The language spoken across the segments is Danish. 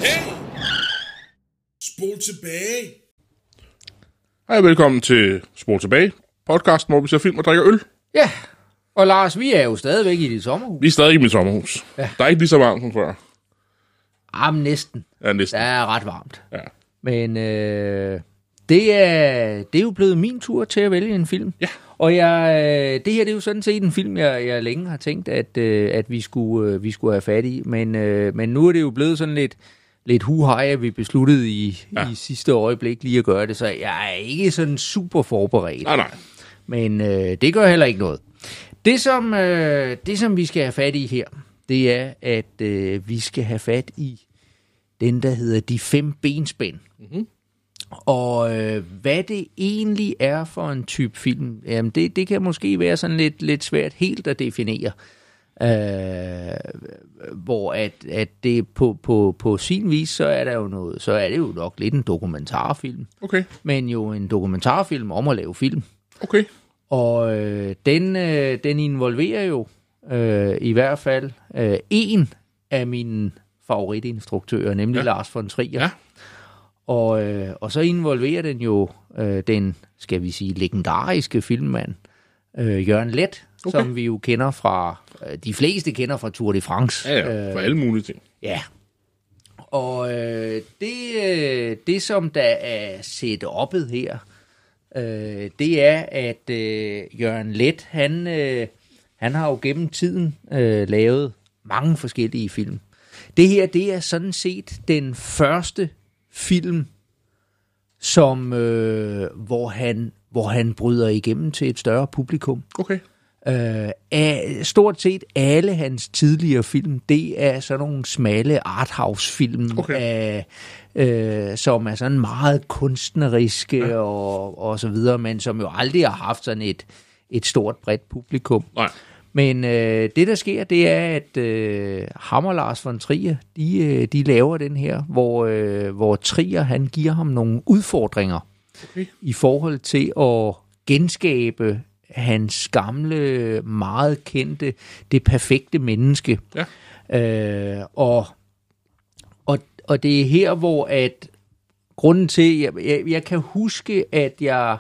Hey! Spol tilbage! Hej og velkommen til Spol tilbage, podcasten, hvor vi ser film og drikker øl. Ja, og Lars, vi er jo stadigvæk i dit sommerhus. Vi er stadig i mit sommerhus. Ja. Der er ikke lige så varmt som før. Men næsten. Ja, næsten. Der er ret varmt. Ja. Men det er jo blevet min tur til at vælge en film. Ja. Og det her det er jo sådan set en film, jeg længe har tænkt, at vi skulle have fat i. Men nu er det jo blevet sådan lidt huhej, at vi besluttede i sidste øjeblik lige at gøre det. Så jeg er ikke sådan super forberedt. Nej. Men det gør heller ikke noget. Det, som vi skal have fat i her, det er, at vi skal have fat i den, der hedder De 5 benspænd. Mm-hmm. Og hvad det egentlig er for en type film, jamen det kan måske være sådan lidt svært helt at definere. Hvor at det på sin vis, så er det jo nok lidt en dokumentarfilm. Okay. Men jo en dokumentarfilm om at lave film. Okay. Og den involverer jo i hvert fald en af mine favoritinstruktører, nemlig Lars von Trier. Ja. Og så involverer den jo den, skal vi sige, legendariske filmmand, Jørgen Leth, som vi jo kender fra, de fleste kender fra Tour de France. Ja, for alle mulige ting. Ja. Og det som der er setup'et her, det er, at Jørgen Leth, han har jo gennem tiden lavet mange forskellige film. Det her, det er sådan set den første film, som hvor han bryder igennem til et større publikum. Okay. Stort set alle hans tidligere film, det er sådan nogle smalle arthouse-film, som er sådan meget kunstneriske og så videre, men som jo aldrig har haft sådan et stort, bredt publikum. Nej. Men det, der sker, det er, at ham og Lars von Trier, de laver den her, hvor Trier, han giver ham nogle udfordringer i forhold til at genskabe hans gamle, meget kendte, Det perfekte menneske. Ja. Og det er her, hvor at grunden til, jeg kan huske, at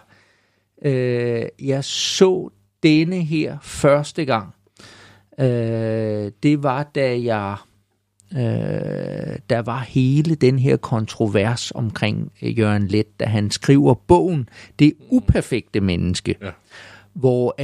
jeg så denne her første gang. Det var, da der var hele den her kontrovers omkring Jørgen Leth, da han skriver bogen Det uperfekte menneske. Ja. Hvor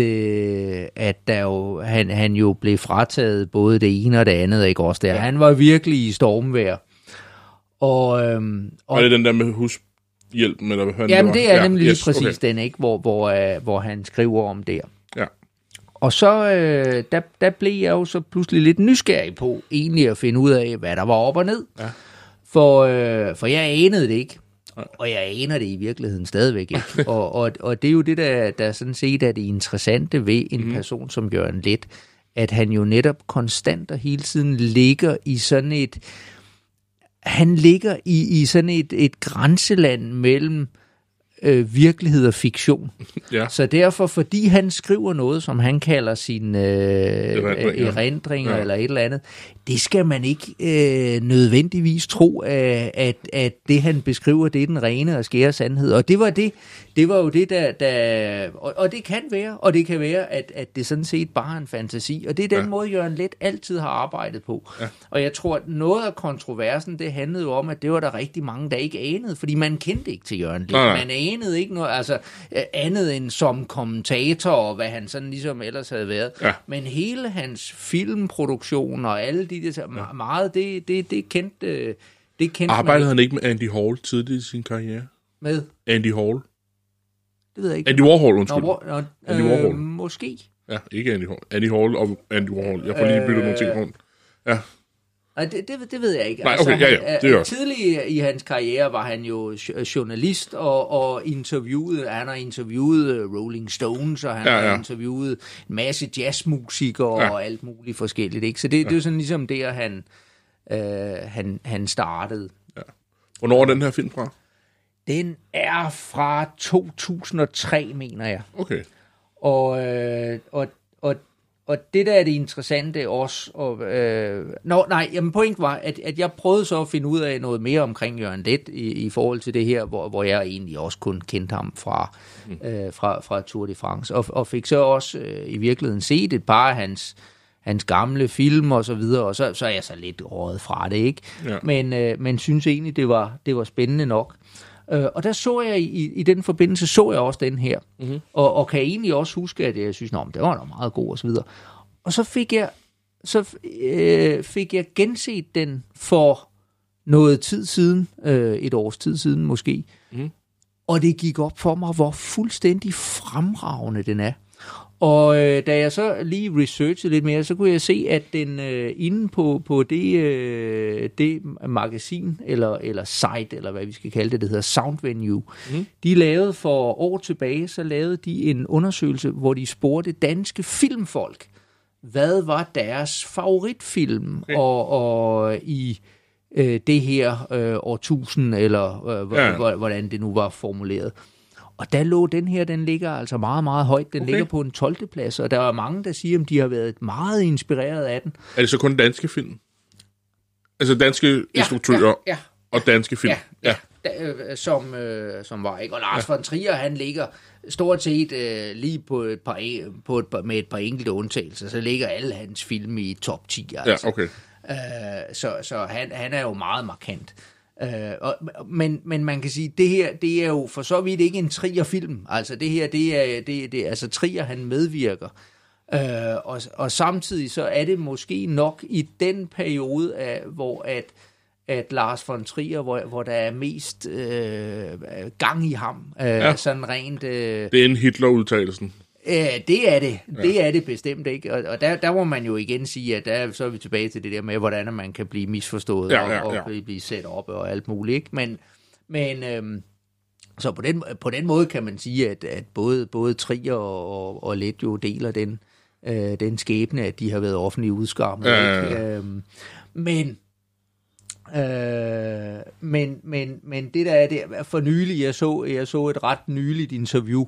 at der jo, han jo blev frataget både det ene og det andet, ikke også der. Ja. Han var virkelig i stormvejr. Og det den der med hushjælpen, eller hvad jamen, det er nemlig lige præcis den, ikke, hvor han skriver om der. Ja. Og så der blev jeg jo så pludselig lidt nysgerrig på egentlig at finde ud af, hvad der var op og ned. Ja. For jeg anede det ikke. Og jeg aner det i virkeligheden stadigvæk ikke. og det er jo det, der sådan set er det interessante ved en person som Jørgen Leth, at han jo netop konstant og hele tiden ligger i sådan et... Han ligger i sådan et grænseland mellem virkelighed og fiktion. Ja. Så derfor, fordi han skriver noget, som han kalder sine erindringer eller et eller andet, det skal man ikke nødvendigvis tro, at det, han beskriver, det er den rene og skære sandhed. Og det var jo det, der og det kan være, og det kan være, at det sådan set bare er en fantasi. Og det er den måde, Jørgen Leth altid har arbejdet på. Ja. Og jeg tror, at noget af kontroversen, det handlede jo om, at det var der rigtig mange, der ikke anede, fordi man kendte ikke til Jørgen Leth. Man anede ikke noget, altså andet end som kommentator, og hvad han sådan ligesom ellers havde været. Ja. Men hele hans filmproduktion og alle de der meget, det kendte arbejdede han ikke med Andy Hall tidligt i sin karriere? Med? Andy Hall. Det ved jeg ikke. Andy Warhol, undskyld. Andy Warhol. Måske. Ja, ikke Andy Hall. Andy Hall og Andy Warhol. Jeg får lige byttet nogle ting rundt. Ja. Det ved jeg ikke. Nej, okay, det er tidligere i hans karriere var han jo journalist og interviewede. Han har interviewet Rolling Stones, og han har interviewet en masse jazzmusikere og alt muligt forskelligt. Ikke? Så det er jo sådan ligesom der, han startede. Ja. Hvornår er den her film fra? Den er fra 2003, mener jeg. Okay. og det der er det interessante også, point var, at jeg prøvede så at finde ud af noget mere omkring Jørgen Leth i forhold til det her, hvor jeg egentlig også kun kendte ham fra Tour de France, og fik så også i virkeligheden set et par af hans gamle film og så videre, og så er jeg så lidt røget fra det, ikke? Ja. Men synes egentlig, det var spændende nok. Og der så jeg i den forbindelse, så jeg også den her, og kan egentlig også huske, at jeg synes, det var da meget god og så videre. Og så fik jeg genset den for noget tid siden, et års tid siden måske, og det gik op for mig, hvor fuldstændig fremragende den er. Og da jeg så lige researchede lidt mere, så kunne jeg se, at den inde på det magasin, eller site, eller hvad vi skal kalde det, det hedder Sound Venue, de lavede for år tilbage, så lavede de en undersøgelse, hvor de spurgte danske filmfolk, hvad var deres favoritfilm, og i det her årtusind, eller hvordan det nu var formuleret. Og der lå den ligger altså meget, meget højt. Den ligger på en 12. plads, og der er mange, der siger, at de har været meget inspireret af den. Er det så kun danske film? Altså danske instruktører og danske film? Ja. Som var, ikke? Og Lars von Trier, han ligger stort set lige med et par enkelte undtagelser, så ligger alle hans film i top 10. Altså. Ja, okay. Så han er jo meget markant. Men man kan sige, det her, det er jo for så vidt ikke en Trier-film. Altså det her, det er altså Trier, han medvirker. Og samtidig så er det måske nok i den periode, hvor at Lars von Trier, hvor der er mest gang i ham. Sådan rent... det er en Hitler-udtalelsen. Det er det. Ja. Det er det bestemt ikke. Og der må man jo igen sige, at så er vi tilbage til det der med, hvordan man kan blive misforstået og blive sat op og alt muligt. Ikke? Men så på den måde kan man sige, at både Trier og Leth jo deler den skæbne, at de har været offentligt udskammet. Ja. Men det der er det for nylig, jeg så et ret nyligt interview,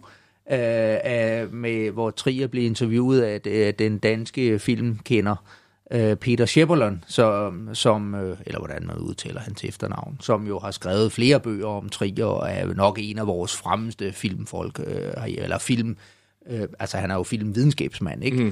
hvor Trier blev interviewet af den danske filmkender Peter Schepperlon, som eller hvordan man udtaler hans efternavn, som jo har skrevet flere bøger om Trier og er nok en af vores fremmeste filmfolk, eller film, altså han er jo filmvidenskabsmand, ikke?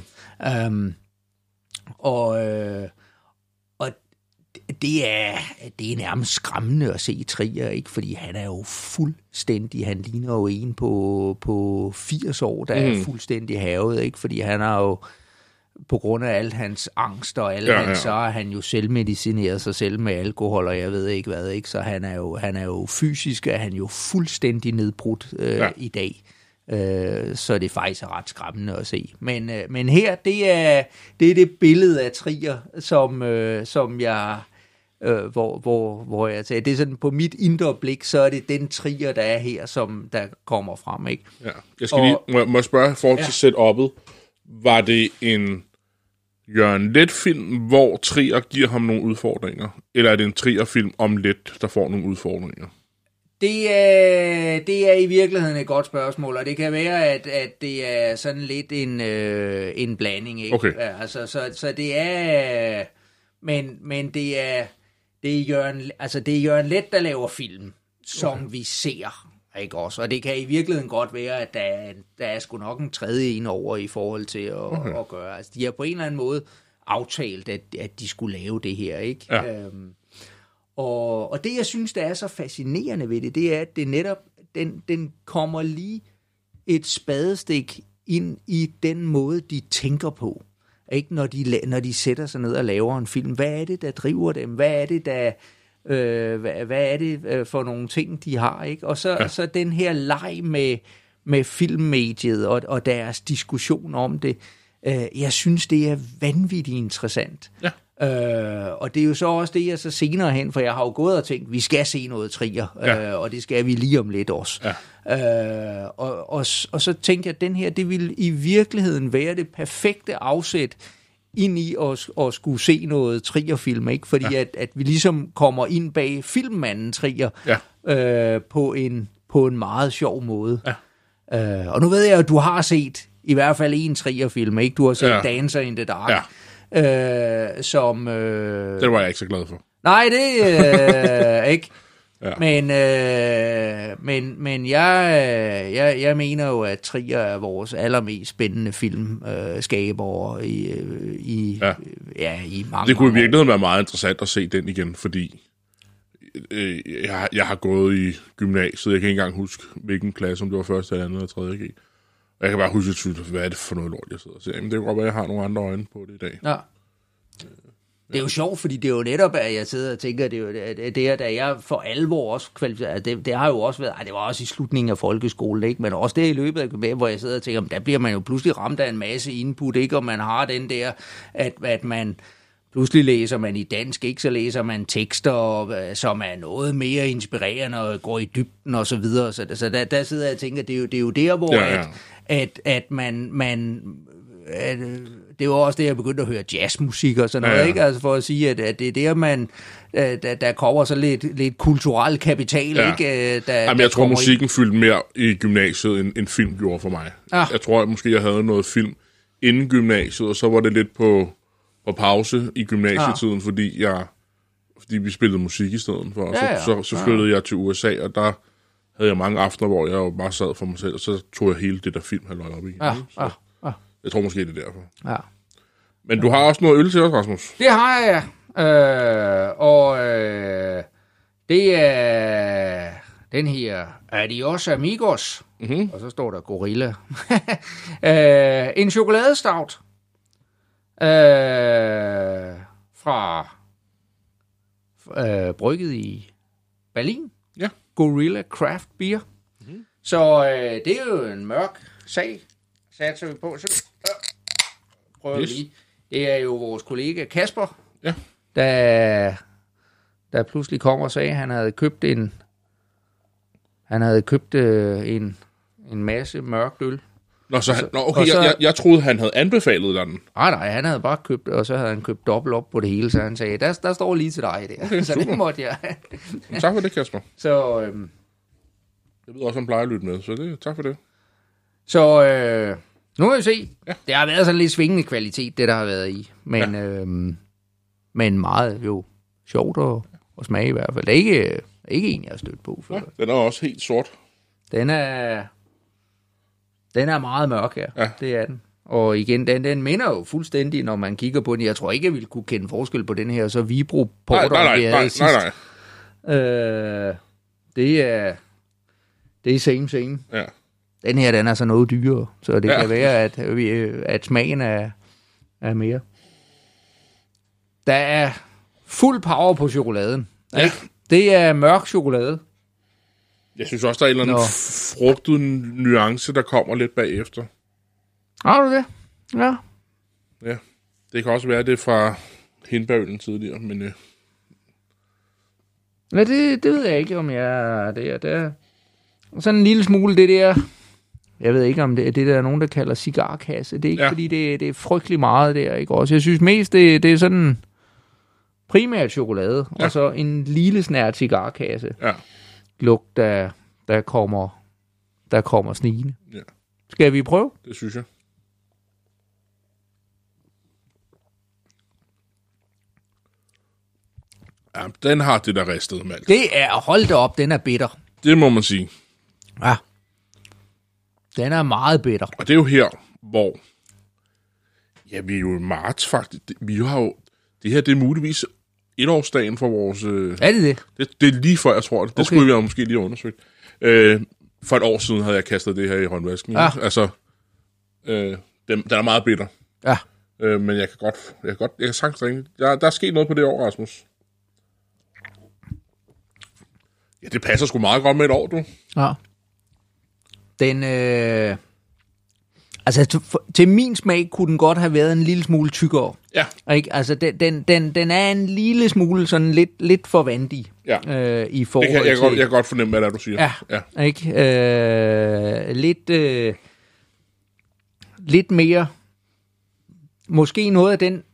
Det er nærmest skræmmende at se Trier, ikke? Fordi han er jo fuldstændig, han ligner jo en på 80 år, der er fuldstændig havet, ikke? Fordi han er jo, på grund af alt hans angst og alt, så er han jo selvmedicineret sig selv med alkohol, og jeg ved ikke hvad, ikke? Så han er jo fysisk, er han jo fuldstændig nedbrudt i dag. Så det faktisk er ret skræmmende at se. Men her, det er det billede af Trier, som jeg... hvor jeg sagde, det er sådan på mit indre blik, så er det den Trier, der er her, som der kommer frem, ikke? Ja. Jeg skal må jeg spørge i forhold til setup'et, var det en Jørgen Leth-film, hvor Trier giver ham nogle udfordringer, eller er det en Trier-film om Leth, der får nogle udfordringer? Det er i virkeligheden et godt spørgsmål, og det kan være, at det er sådan lidt en blanding, ikke? Okay. Altså, så det er... Men det er Jørgen Leth, der laver film, som vi ser, ikke også? Og det kan i virkeligheden godt være, at der er sgu nok en tredje en over i forhold til at gøre. Altså, de har på en eller anden måde aftalt, at de skulle lave det her, ikke? Ja. Og det, jeg synes, der er så fascinerende ved det er, at det netop, den kommer lige et spadestik ind i den måde, de tænker på. Ikke når de sætter sig ned og laver en film. Hvad er det, der driver dem? Hvad er det, hvad er det for nogle ting, de har? Ikke? Og så den her leg med filmmediet og deres diskussion om det. Jeg synes, det er vanvittigt interessant. Ja. Og det er jo så også det, jeg så senere hen, for jeg har jo gået og tænkt, vi skal se noget Trier, og det skal vi lige om lidt også. Ja. Og så tænkte jeg, at den her, det ville i virkeligheden være det perfekte afsæt ind i at skulle se noget Trier-film, ikke? Fordi at vi ligesom kommer ind bag filmmanden Trier på en meget sjov måde. Ja. Og nu ved jeg, at du har set i hvert fald en trierfilm, ikke? Du har set Dancer in the Dark. Ja. Som... Det var jeg ikke så glad for. Nej, det ikke. Ja. Men jeg mener jo, at Trier er vores allermest spændende filmskaber i mange. Det kunne i virkeligheden være meget interessant at se den igen, fordi jeg har gået i gymnasiet. Jeg kan ikke engang huske, hvilken klasse, om det var første, eller andet eller tredje G. Og jeg kan bare huske, hvad er det for noget lort, jeg sidder og ser. Men det kan godt være, at jeg har nogle andre øjne på det i dag. Ja. Det er jo sjovt, fordi det er jo netop, at jeg sidder og tænker, det er da jeg for alvor også kvalificeret. Det har jo også været, det var også i slutningen af folkeskolen, ikke? Men også det i løbet af gymnasiet, hvor jeg sidder og tænker, der bliver man jo pludselig ramt af en masse input, ikke? Og man har den der, at man pludselig læser man i dansk, ikke? Så læser man tekster, som er noget mere inspirerende og går i dybden og så videre. Så der sidder jeg og tænker, det er jo der, hvor at man det er jo også det, jeg begyndte at høre jazzmusik og sådan noget, ikke? Altså for at sige, at det er der, man der kommer så lidt kulturel kapital, ikke? Jeg tror, musikken fyldte mere i gymnasiet, end film gjorde for mig. Jeg tror, at måske jeg havde noget film inden gymnasiet, og så var det lidt på pause i gymnasietiden, fordi vi spillede musik i stedet for. Så flyttede jeg til USA, og der havde jeg mange aftener, hvor jeg jo bare sad for mig selv, og så tog jeg hele det der filmhalløj op igen. Jeg tror måske, det er derfor. Ja. Men du har også noget øl til os, Rasmus? Det har jeg, det er den her Adios Amigos, og så står der Gorilla. En chokoladestout fra brygget i Berlin. Ja. Gorilla Craft Beer. Så det er jo en mørk sag, satser vi på. Så prøver lige. Det er jo vores kollega Kasper, der pludselig kommer og sagde, at han havde købt en masse mørkt øl. Jeg troede, han havde anbefalet den. Nej, han havde bare købt, og så havde han købt dobbelt op på det hele, så han sagde, der står lige til dig der. Okay, så super. Det måtte jeg. Tak for det, Kasper. Så, jeg ved også, han plejer at lytte med, så tak for det. Så nu må vi se. Ja. Det har været sådan lidt svingende kvalitet, det der har været i. Men meget jo sjovt at smage i hvert fald. Det er ikke en, jeg har stødt på før. Ja, den er også helt sort. Den er meget mørk, ja. Det er den. Og igen, den minder jo fuldstændig, når man kigger på den. Jeg tror ikke, jeg ville kunne kende forskel på den her, så Vibro Porter, nej. Det er same. Ja. Den her, den er så noget dyrere, så det kan være, at smagen er mere. Der er fuld power på chokoladen. Ja. Ikke? Det er mørk chokolade. Jeg synes også, der er en eller anden frugtet nuance, der kommer lidt bagefter. Har du det? Ja. Ja, det kan også være, det fra hindbærølen tidligere, men... Ja, det ved jeg ikke, om jeg... Det er sådan en lille smule det der... Jeg ved ikke, om det der er nogen, der kalder cigarkasse. Det er ikke, fordi det er frygtelig meget der, ikke også? Jeg synes mest, det er sådan primært chokolade, og så en lille snært cigarkasse. Ja. Lugt, der kommer snigende. Ja. Skal vi prøve? Det synes jeg. Ja, den har det der ristede malt. Det er, hold da op, den er bitter. Det må man sige. Ja. Den er meget bitter. Og det er jo her, hvor... Ja, vi er jo i marts faktisk. Vi har jo... Det her, det er muligvis etårsdagen for vores... Er det? Det er lige før, jeg tror det. Det skulle vi have måske lige undersøgt. For et år siden havde jeg kastet det her i håndvasken. Ja. Altså, den er meget bitter. Ja. Men jeg kan sagtens ringe. Der er sket noget på det år, Rasmus. Ja, det passer sgu meget godt med et år, du. Ja. Den, altså til min smag kunne den godt have været en lille smule tykkere. Ja. Ikke? Altså den er en lille smule sådan lidt for vandig. Ja. I forhold det til... Jeg kan godt fornemme, hvad det er, du siger. Ja. Ikke? Lidt mere, måske noget af den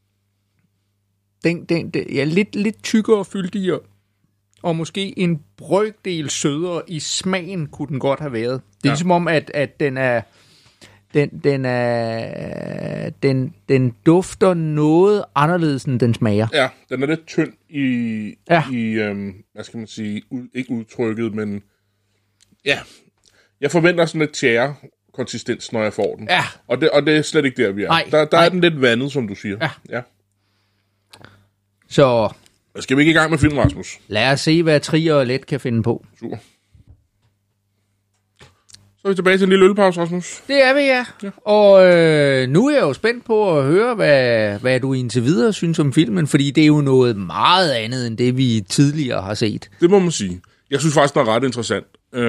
lidt tykkere, fyldigere, og måske en brøkdel sødere i smagen kunne den godt have været. Det er ligesom om, at den er den dufter noget anderledes, end den smager. Ja, den er lidt tynd i hvad skal man sige, ikke udtrykket, men ja, jeg forventer sådan lidt tjære-konsistens, når jeg får den. Ja. Og det er slet ikke der, vi er. Nej, der er den lidt vandet, som du siger. Ja. Så skal vi ikke i gang med film, Rasmus? Lad os se, hvad Trier og Let kan finde på. Super. Så er vi tilbage til en lille ølpause, Rasmus. Det er vi, ja. Og nu er jeg jo spændt på at høre, hvad du indtil videre synes om filmen, fordi det er jo noget meget andet, end det vi tidligere har set. Det må man sige. Jeg synes faktisk, det er ret interessant.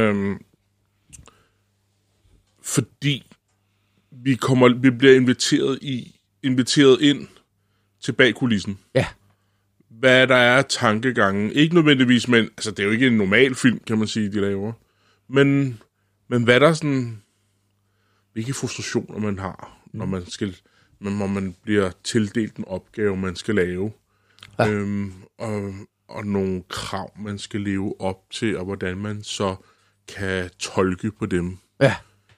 Fordi vi bliver inviteret ind til bag kulissen. Ja. Hvad der er tankegangen. Ikke nødvendigvis, men altså, det er jo ikke en normal film, kan man sige, de laver. Men hvad der sådan... Hvilke frustrationer man har, når man bliver tildelt en opgave, man skal lave. Ja. Og nogle krav, man skal leve op til, og hvordan man så kan tolke på dem. Ja.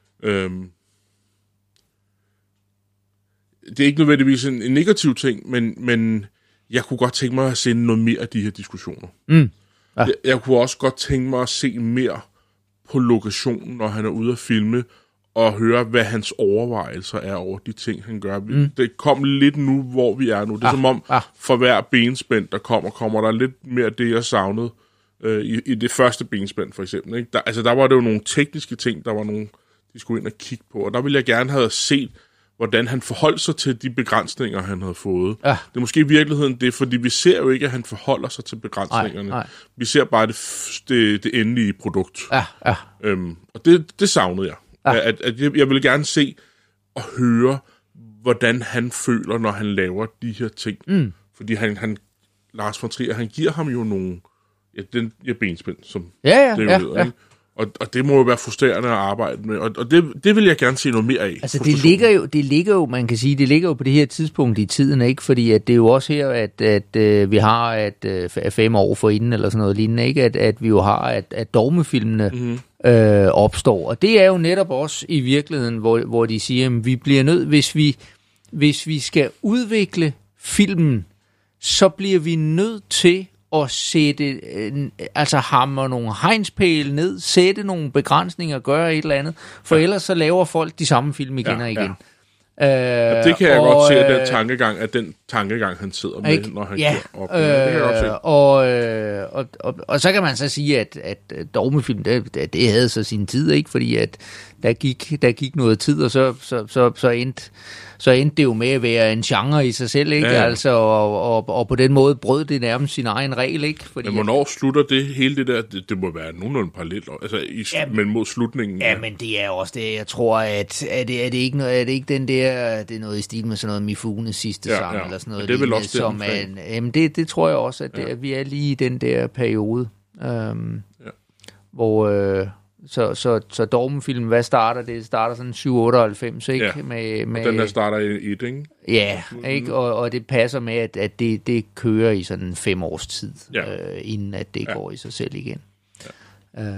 Det er ikke nødvendigvis en negativ ting, men jeg kunne godt tænke mig at se noget mere af de her diskussioner. Ja. Jeg kunne også godt tænke mig at se mere på lokationen, når han er ude at filme, og høre, hvad hans overvejelser er over de ting, han gør. Det kom lidt nu, hvor vi er nu. Det er som om, for hver benspænd, der kommer der lidt mere det, jeg savnede i det første benspænd, for eksempel. Ikke? Der var det jo nogle tekniske ting, der var nogle, de skulle ind og kigge på, og der ville jeg gerne have set, hvordan han forholdt sig til de begrænsninger, han havde fået. Ja. Det er måske i virkeligheden det, fordi vi ser jo ikke, at han forholder sig til begrænsningerne. Nej. Vi ser bare det endelige produkt. Ja. Og det savnede jeg. Ja. Jeg ville gerne se og høre, hvordan han føler, når han laver de her ting. Fordi Lars von Trier, han giver ham jo nogle benspænd, som det er. Ja. Og det må jo være frustrerende at arbejde med, og det vil jeg gerne se noget mere af. Altså det ligger jo, man kan sige, det ligger jo på det her tidspunkt i tiden, ikke? Fordi at det er jo også her, at vi har 5 år forinden, eller sådan noget lignende, ikke? At vi jo har, at dogmefilmene opstår. Og det er jo netop også i virkeligheden, hvor de siger, at vi bliver nødt, hvis vi skal udvikle filmen, så bliver vi nødt til at sætte, hamre nogle hegnspæle ned, sætte nogle begrænsninger, gøre et eller andet, for ellers så laver folk de samme film igen og igen. Og det kan jeg godt se, at den tankegang, han sidder med, ikke? Når han gør op. Det kan jeg godt se. Og så kan man så sige, at dogmefilm, det havde så sin tid, ikke? Fordi at der gik noget tid, og så endte det jo med at være en genre i sig selv, ikke? Ja. Altså, og på den måde brød det nærmest sin egen regel, ikke? Fordi, men hvornår slutter det hele det der? Det må være nogenlunde parallelt, altså men mod slutningen. Ja, men det er også det, jeg tror, at er det ikke noget, er det ikke den der, det er noget i stil med sådan noget Mifunes sidste sang, eller sådan noget. Det er vel også det, det tror jeg også, at vi er lige i den der periode, hvor... Så dogmefilm, hvad starter det? Det starter sådan 798, ikke? Ja, med og den der starter i et, ikke? Ja, ikke? Og det passer med, at det kører i sådan 5 års tid, inden at det går i sig selv igen. Ja.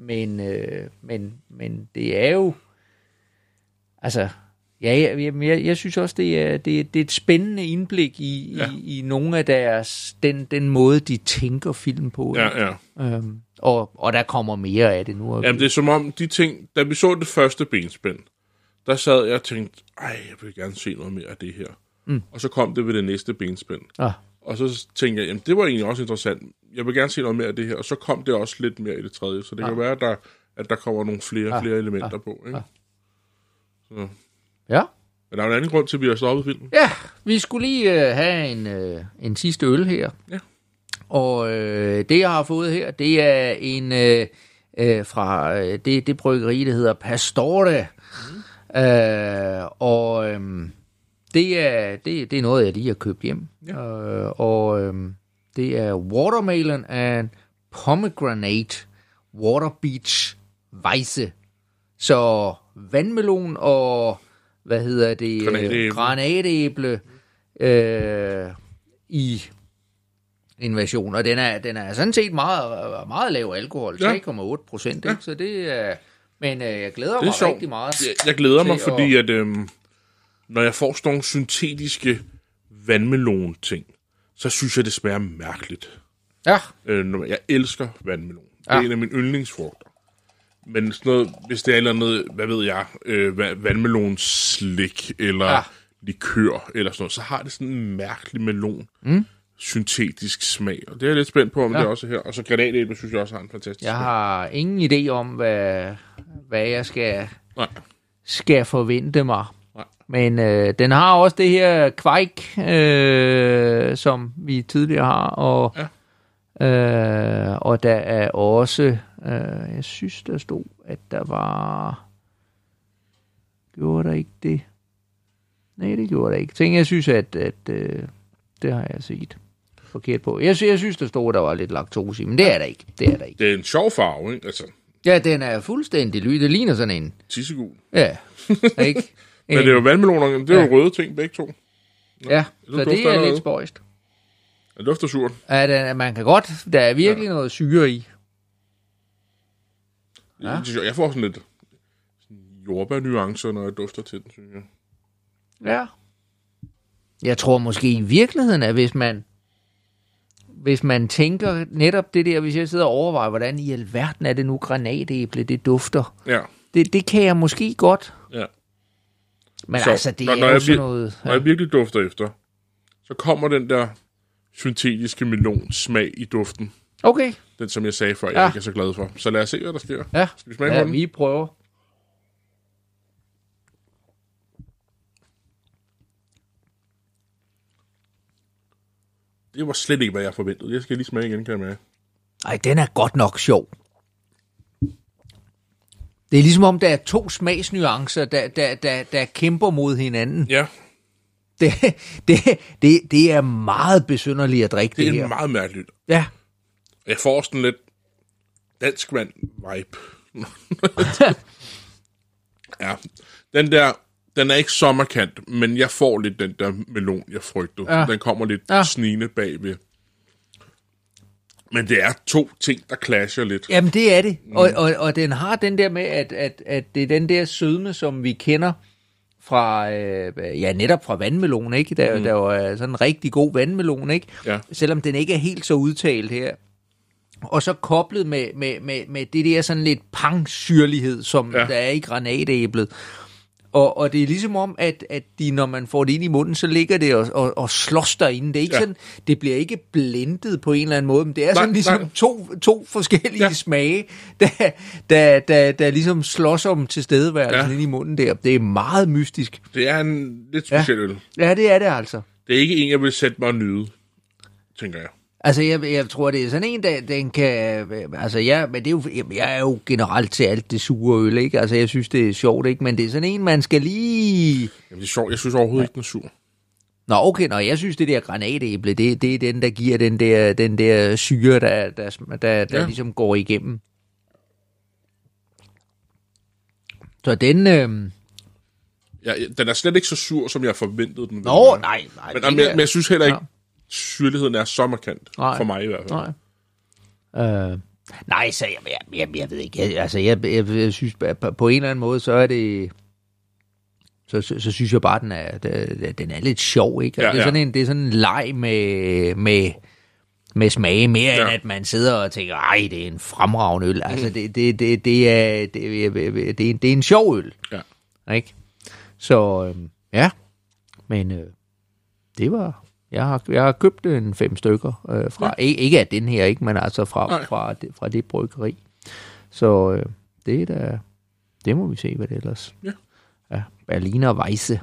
Men det er jo... Altså... jeg synes også, det er et spændende indblik i nogle af deres... Den måde, de tænker film på. Ja. Og der kommer mere af det nu. Jamen, det er som om de ting... Da vi så det første benspænd, der sad jeg og tænkte, jeg vil gerne se noget mere af det her. Og så kom det ved det næste benspænd. Og så tænkte jeg, jamen, det var egentlig også interessant. Jeg vil gerne se noget mere af det her. Og så kom det også lidt mere i det tredje. Så det kan være, at der kommer nogle flere elementer på. Ikke? Så. Ja. Men der er en anden grund til, at vi har stoppet filmen. Ja, vi skulle lige have en sidste øl her. Ja. Og det, jeg har fået her, det er en fra det bryggeri, der hedder Pastore. Det er noget, jeg lige har købt hjem. Ja. Det er Watermelon and Pomegranate Water Beach Weisse. Så vandmelon og granatæble i en version, og den er sådan set meget, meget lav alkohol, 3,8%, ikke? Så det er, Men jeg glæder mig rigtig meget. Jeg glæder mig, fordi at, når jeg får sådan nogle syntetiske vandmelon-ting, så synes jeg, det smager mærkeligt. Ja. Jeg elsker vandmelon. Det er en af mine yndlingsfrugter. Men sådan noget, hvis det er et eller andet, hvad ved jeg, vandmelonslik eller likør eller sådan noget, så har det sådan en mærkelig melon. Syntetisk smag. Og det er jeg lidt spændt på, om det er også her. Og så granatæble synes jeg også har en fantastisk smag. Jeg har ingen idé om, hvad jeg skal forvente mig. Nej. Men den har også det her kvejk, som vi tidligere har. Og der er også, jeg synes, der stod, at der var... Gjorde der ikke det? Nej, det gjorde der ikke. Jeg synes, at det har jeg set forkert på. Jeg synes, der stod, der var lidt laktose i, men det er der ikke. Det er en sjov farve, ikke? Altså. Ja, den er fuldstændig lys. Det ligner sådan en... Tissegul. Ja, ikke? Men det er jo vandmeloner, det er jo røde ting, begge to. Ja, så det er lidt spøjst. Det dufter surt. Ja, man kan godt... Der er virkelig noget syre i. Ja. Jeg får sådan lidt jordbærnuancer, når jeg dufter til den, synes jeg. Ja. Jeg tror måske i virkeligheden, at hvis man tænker netop det der, hvis jeg sidder og overvejer, hvordan i alverden er det nu granatæble, det dufter. Ja. Det kan jeg måske godt. Ja. Men så, altså, det er jo sådan noget... Når jeg virkelig dufter efter, så kommer den der syntetiske melonsmag i duften. Okay. Den, som jeg sagde før, jeg ikke er så glad for. Så lad os se, hvad der sker. Ja, skal vi smage på den? Vi prøver. Det var slet ikke, hvad jeg forventede. Jeg skal lige smage igen, kan jeg mærke. Ej, den er godt nok sjov. Det er ligesom om, der er to smagsnuancer, der kæmper mod hinanden. Ja. Det er meget besynderligt at drikke det her. Det er meget mærkeligt. Ja. Jeg får sådan lidt dansk vand-vibe. Ja. Den er ikke så markant, men jeg får lidt den der melon, jeg frygtede. Ja. Den kommer lidt snigende bagved. Men det er to ting, der clasher lidt. Jamen, det er det. Og den har den der med, at det er den der sødme, som vi kender fra, netop fra vandmelon, ikke? Der er sådan en rigtig god vandmelon, ikke? Ja. Selvom den ikke er helt så udtalt her. Og så koblet med det der sådan lidt pangsyrlighed, som der er i granatæblet. Og det er ligesom om, at de, når man får det ind i munden, så ligger det og slås derinde. Det er ikke sådan, det bliver ikke blendet på en eller anden måde, men det er sådan ligesom to forskellige smage, der ligesom slås om tilstedeværelsen ind i munden der. Det er meget mystisk. Det er en lidt speciel øl. Ja, det er det altså. Det er ikke en, jeg vil sætte mig og nyde, tænker jeg. Altså, jeg tror, det er sådan en, den kan... Altså, men det er jo, jeg er jo generelt til alt det sure øl, ikke? Altså, jeg synes, det er sjovt, ikke? Men det er sådan en, man skal lige... Jamen, det er sjovt. Jeg synes overhovedet ikke, den er sur. Nå, okay. Nå, jeg synes, det der granatæble, det er den, der giver den der syre, der ligesom går igennem. Så den... Ja, den er slet ikke så sur, som jeg forventede den. Nå, nej. Men jeg synes heller ikke... Syrligheden er så markant, for mig i hvert fald. Nej, så jeg ved ikke. Jeg synes, på en eller anden måde, så er det... Så synes jeg bare, den er lidt sjov, ikke? Ja, det er sådan en leg med smage, mere end at man sidder og tænker, ej, det er en fremragende øl. Altså, det er en sjov øl. Ja. Ikke? Så, men det var... Jeg har købt en 5 stykker fra, ikke af den her, ikke, men altså fra det bryggeri. Så det må vi se, hvad det ellers. Ja, Berliner Weisse.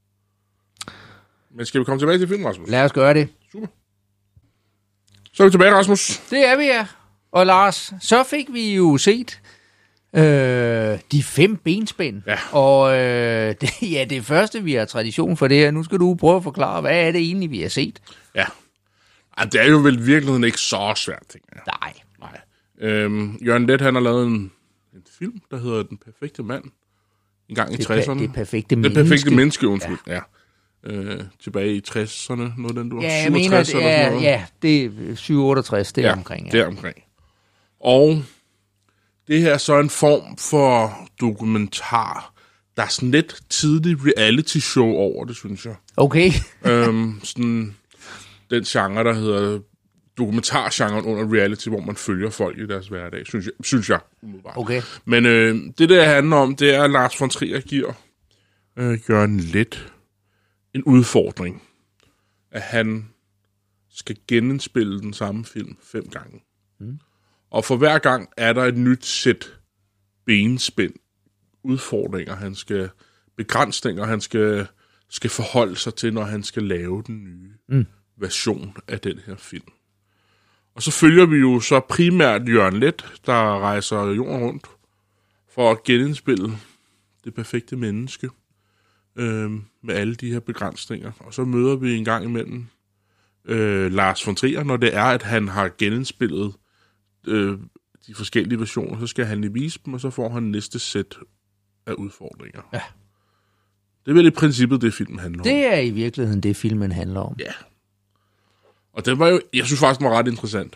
Men skal vi komme tilbage til filmen, Rasmus? Lad os gøre det. Super. Så er vi tilbage, Rasmus. Det er vi, ja. Og Lars, så fik vi jo set de 5 benspænd. Ja. Og det første, vi har tradition for det her. Nu skal du prøve at forklare, hvad er det egentlig, vi har set? Ja. Det er jo vel i virkeligheden ikke så svært, ting. Nej. Jørgen Leth, han har lavet en film, der hedder Den perfekte mand. En gang i 60'erne. Det perfekte menneske. Det perfekte menneske, undskyld. Ja. Tilbage i 60'erne, noget den du har. Ja, jeg mener, det er 67, det er omkring. Ja, det er omkring. Og det her er så en form for dokumentar. Der er sådan lidt tidlig reality show over det, synes jeg. Okay. Sådan den genre, der hedder dokumentargenren under reality, hvor man følger folk i deres hverdag, synes jeg umiddelbart. Okay. Men det der handler om, det er, at Lars von Trier giver Jørgen Leth en udfordring. At han skal genindspille den samme film 5 gange. Og for hver gang er der et nyt sæt benspænd, udfordringer, begrænsninger, han skal forholde sig til, når han skal lave den nye version af den her film. Og så følger vi jo så primært Jørgen Leth, der rejser jorden rundt for at genindspille det perfekte menneske med alle de her begrænsninger. Og så møder vi en gang imellem Lars von Trier, når det er, at han har genindspillet de forskellige versioner, så skal han lige vise dem, og så får han næste sæt af udfordringer. Ja. Det er vel i princippet det, filmen handler om. Det er i virkeligheden det, filmen handler om. Ja. Og den var jo, jeg synes faktisk, den var ret interessant.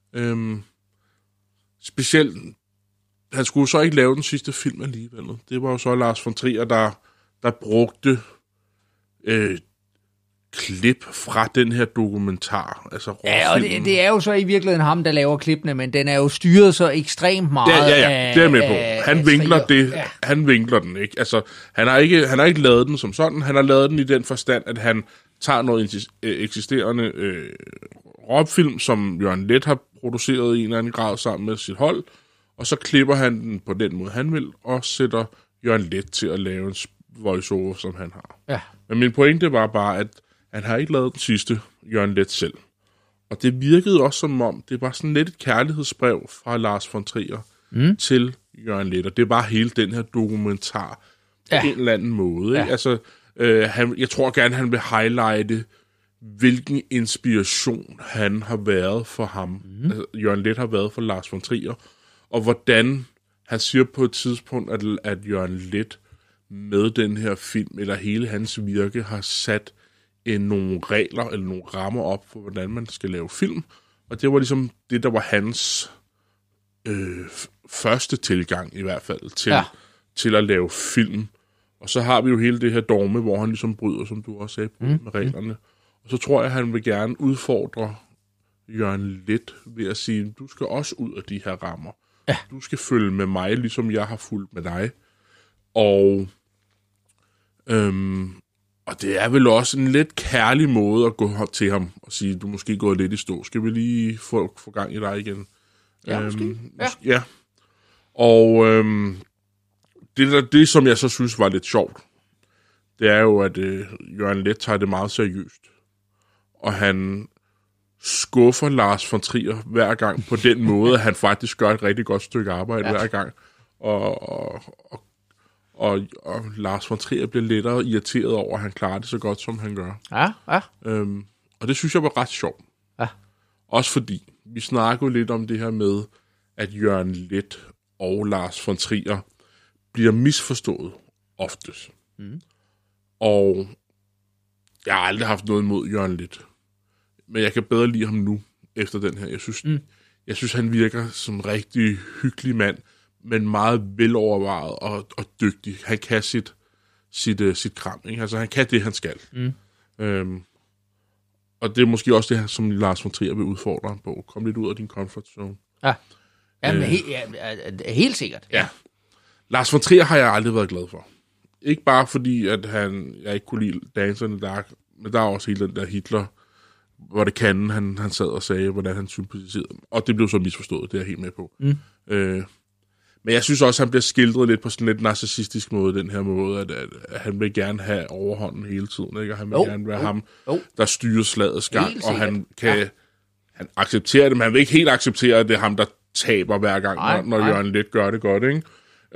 Specielt, han skulle så ikke lave den sidste film alligevel. Det var jo så Lars von Trier, der brugte klip fra den her dokumentar. Altså ja, og det er jo så i virkeligheden ham, der laver klippene, men den er jo styret så ekstremt meget. Ja, det er med på. Han vinkler det. Ja. Han vinkler den, ikke? Altså, han har ikke lavet den som sådan. Han har lavet den i den forstand, at han tager noget eksisterende råbfilm, som Jørgen Leth har produceret i en eller anden grad sammen med sit hold, og så klipper han den på den måde, han vil, og sætter Jørgen Leth til at lave en voiceover, som han har. Ja. Men min pointe var bare, at han har ikke lavet den sidste Jørgen Leth selv. Og det virkede også som om, det var sådan lidt et kærlighedsbrev fra Lars von Trier til Jørgen Leth. Og det var hele den her dokumentar på en eller anden måde. Ikke? Altså, jeg tror gerne, han vil highlighte, hvilken inspiration han har været for ham. Altså, Jørgen Leth har været for Lars von Trier. Og hvordan han siger på et tidspunkt, at Jørgen Leth med den her film, eller hele hans virke, har sat nogle regler eller nogle rammer op for, hvordan man skal lave film. Og det var ligesom det, der var hans første tilgang i hvert fald til at lave film. Og så har vi jo hele det her dogme, hvor han ligesom bryder, som du også sagde, med reglerne. Og så tror jeg, at han vil gerne udfordre Jørgen Leth ved at sige, du skal også ud af de her rammer. Ja. Du skal følge med mig, ligesom jeg har fulgt med dig. Og det er vel også en lidt kærlig måde at gå til ham og sige, du måske gået lidt i stå. Skal vi lige få gang i dig igen? Ja, måske. Ja. Og det, som jeg så synes var lidt sjovt, det er jo, at Jørgen Leth tager det meget seriøst. Og han skuffer Lars von Trier hver gang på den måde, at han faktisk gør et rigtig godt stykke arbejde hver gang. Og Lars von Trier bliver lettere irriteret over, at han klarer det så godt, som han gør. Ja. Og det synes jeg var ret sjovt. Ja. Også fordi, vi snakker jo lidt om det her med, at Jørgen Leth og Lars von Trier bliver misforstået oftest. Og jeg har aldrig haft noget imod Jørgen Leth. Men jeg kan bedre lide ham nu, efter den her. Jeg synes han virker som en rigtig hyggelig mand, men meget velovervejet og dygtig. Han kan sit kram, ikke? Altså, han kan det, han skal. Og det er måske også det, som Lars von Trier vil udfordre ham på. Kom lidt ud af din comfort zone. Ja. Jamen, helt sikkert. Ja. Lars von Trier har jeg aldrig været glad for. Ikke bare fordi, at jeg ikke kunne lide Dancer in the Dark, men der er også hele den der Hitler, hvor det kan, han sad og sagde, hvordan han sympatiserede. Og det blev så misforstået, det er jeg helt med på. Men jeg synes også, at han bliver skildret lidt på sådan lidt narcissistisk måde, den her måde, at han vil gerne have overhånden hele tiden, ikke? Og han vil gerne være ham, der styrer slagets gang, og han han accepterer det, men han vil ikke helt acceptere, at det er ham, der taber hver gang, når Jørgen Leth gør det godt, ikke?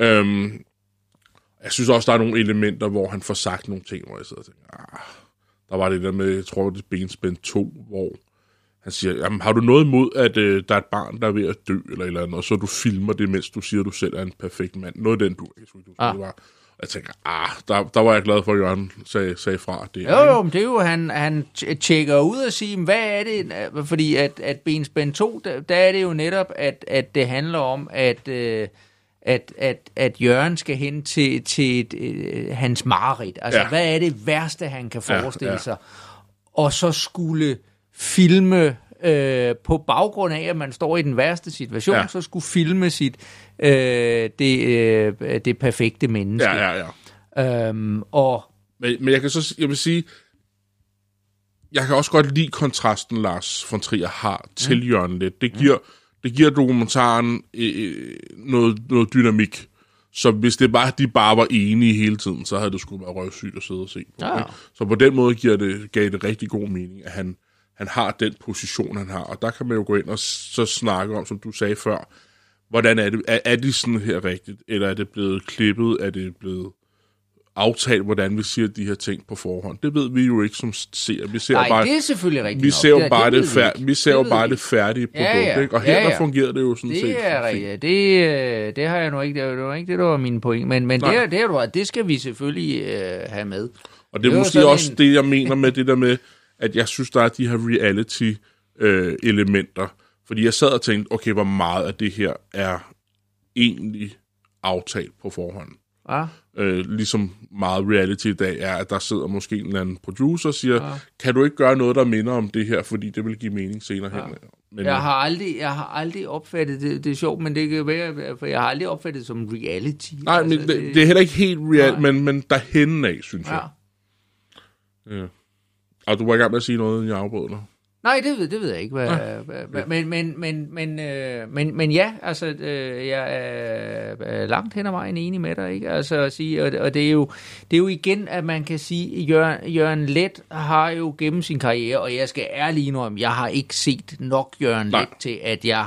Jeg synes også, der er nogle elementer, hvor han får sagt nogle ting, hvor jeg sidder og tænker, der var det der med, jeg tror, det er Benspænd 2, hvor han siger, jamen, har du noget imod, at der er et barn, der er ved at dø, eller et eller andet, og så du filmer det, mens du siger, at du selv er en perfekt mand. Noget den, du det var. Og jeg tænker, der var jeg glad for, at Jørgen sagde fra. Det, jo, men det er jo, han tjekker ud og siger, hvad er det? Fordi at Benspænd 2, der er det jo netop, at det handler om, at at Jørgen skal hen til hans mareridt. Altså, hvad er det værste, han kan forestille sig? Og så skulle filme på baggrund af, at man står i den værste situation, så skulle filme sit det perfekte menneske. Men jeg vil sige, jeg kan også godt lide kontrasten, Lars von Trier har til Jørgen Leth. Det giver dokumentaren noget dynamik. Så hvis det bare, de bare var enige hele tiden, så havde det sgu været røvsygt at sidde og se på. Ja. Så på den måde gav det rigtig god mening, at han har den position, han har. Og der kan man jo gå ind og så snakke om, som du sagde før, hvordan er det? Er det sådan her rigtigt? Eller er det blevet klippet? Er det blevet aftalt, hvordan vi siger de her ting på forhånd? Det ved vi jo ikke som ser. Vi ser Nej, bare, det er selvfølgelig rigtigt. Vi ser jo bare det færdige produkt, ikke? Og her der fungerer det jo sådan set. Det er rigtigt. Det har jeg nu ikke. Det var ikke det, der var min point. Men det skal vi selvfølgelig have med. Og det er måske også det, jeg mener med det der med, at jeg synes, der er de her reality-elementer. Fordi jeg sad og tænkte, okay, hvor meget af det her er egentlig aftalt på forhånd. Ligesom meget reality i dag er, at der sidder måske en eller anden producer og siger, kan du ikke gøre noget, der minder om det her, fordi det vil give mening senere hen. Men, jeg har aldrig opfattet det er sjovt, men det kan være, for jeg har aldrig opfattet det som reality. Nej, altså, men det er heller ikke helt men derhenne af, synes jeg. Ja. Og du var i gang med at sige noget, jeg afbrød dig. Nej, det ved jeg ikke. Men ja, altså, jeg er langt hen ad vejen enig med dig, ikke? Altså at sige, og det er jo igen, at man kan sige, Jørgen Leth har jo gennem sin karriere, og jeg skal ærligt indrømme, jeg har ikke set nok Jørgen Leth til, at jeg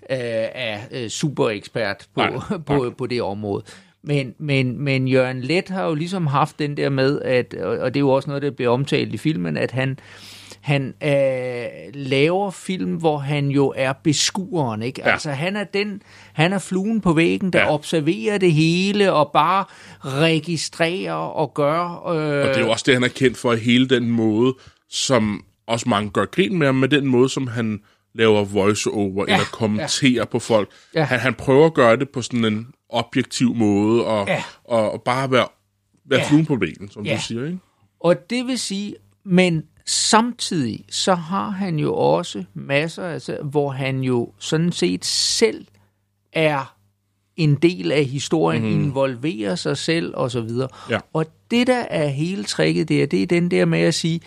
er super ekspert på det område. Men Jørgen Leth har jo ligesom haft den der med, at, og det er jo også noget, der bliver omtalt i filmen, at han laver film, hvor han jo er beskueren, ikke? Ja. Altså han er fluen på væggen, der observerer det hele og bare registrerer og gør. Og det er jo også det, han er kendt for, hele den måde, som også mange gør grin med ham, med den måde, som han laver voice-over eller kommenterer på folk. Ja. Han prøver at gøre det på sådan en objektiv måde og bare være fluen på væggen, som du siger, ikke? Og det vil sige, men samtidig så har han jo også masser, altså, hvor han jo sådan set selv er en del af historien, involverer sig selv og så videre. Ja. Og det, der er hele tricket der, det er den der med at sige,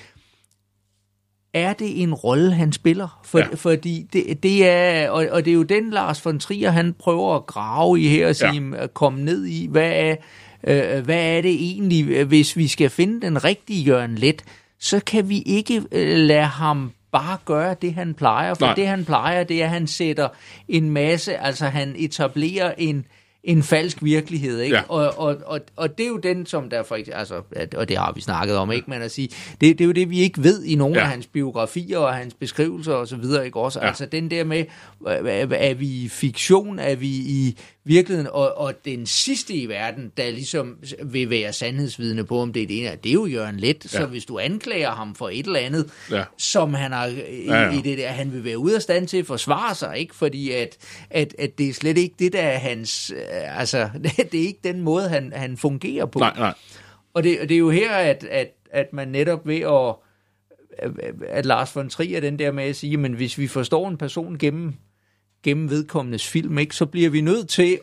er det en rolle, han spiller? Fordi det er, og det er jo den Lars von Trier, han prøver at grave i her og sige, komme ned i, hvad er det egentlig, hvis vi skal finde den rigtige Jørgen Leth, så kan vi ikke lade ham bare gøre det, han plejer. For det, han plejer, det er, at han sætter en masse, altså han etablerer en falsk virkelighed, ikke? Ja. Og det er jo den, som der for eksempel, altså, og det har vi snakket om, ikke? Men at sige, det er jo det, vi ikke ved i nogle af hans biografier og hans beskrivelser og så videre, ikke også? Ja. Altså den der med, er vi i fiktion, er vi i virkeligheden, og den sidste i verden, der ligesom vil være sandhedsvidne på, om det er det ene, det er jo Jørgen Leth. Så hvis du anklager ham for et eller andet, som han har i det der, han vil være ude af stand til at forsvare sig, ikke? Fordi at det er slet ikke det, der er hans, altså, det er ikke den måde, han fungerer på. Nej. Og det er jo her, at man netop ved at Lars von Trier, den der med at sige, men hvis vi forstår en person gennem vedkommendes film, ikke, så bliver vi nødt til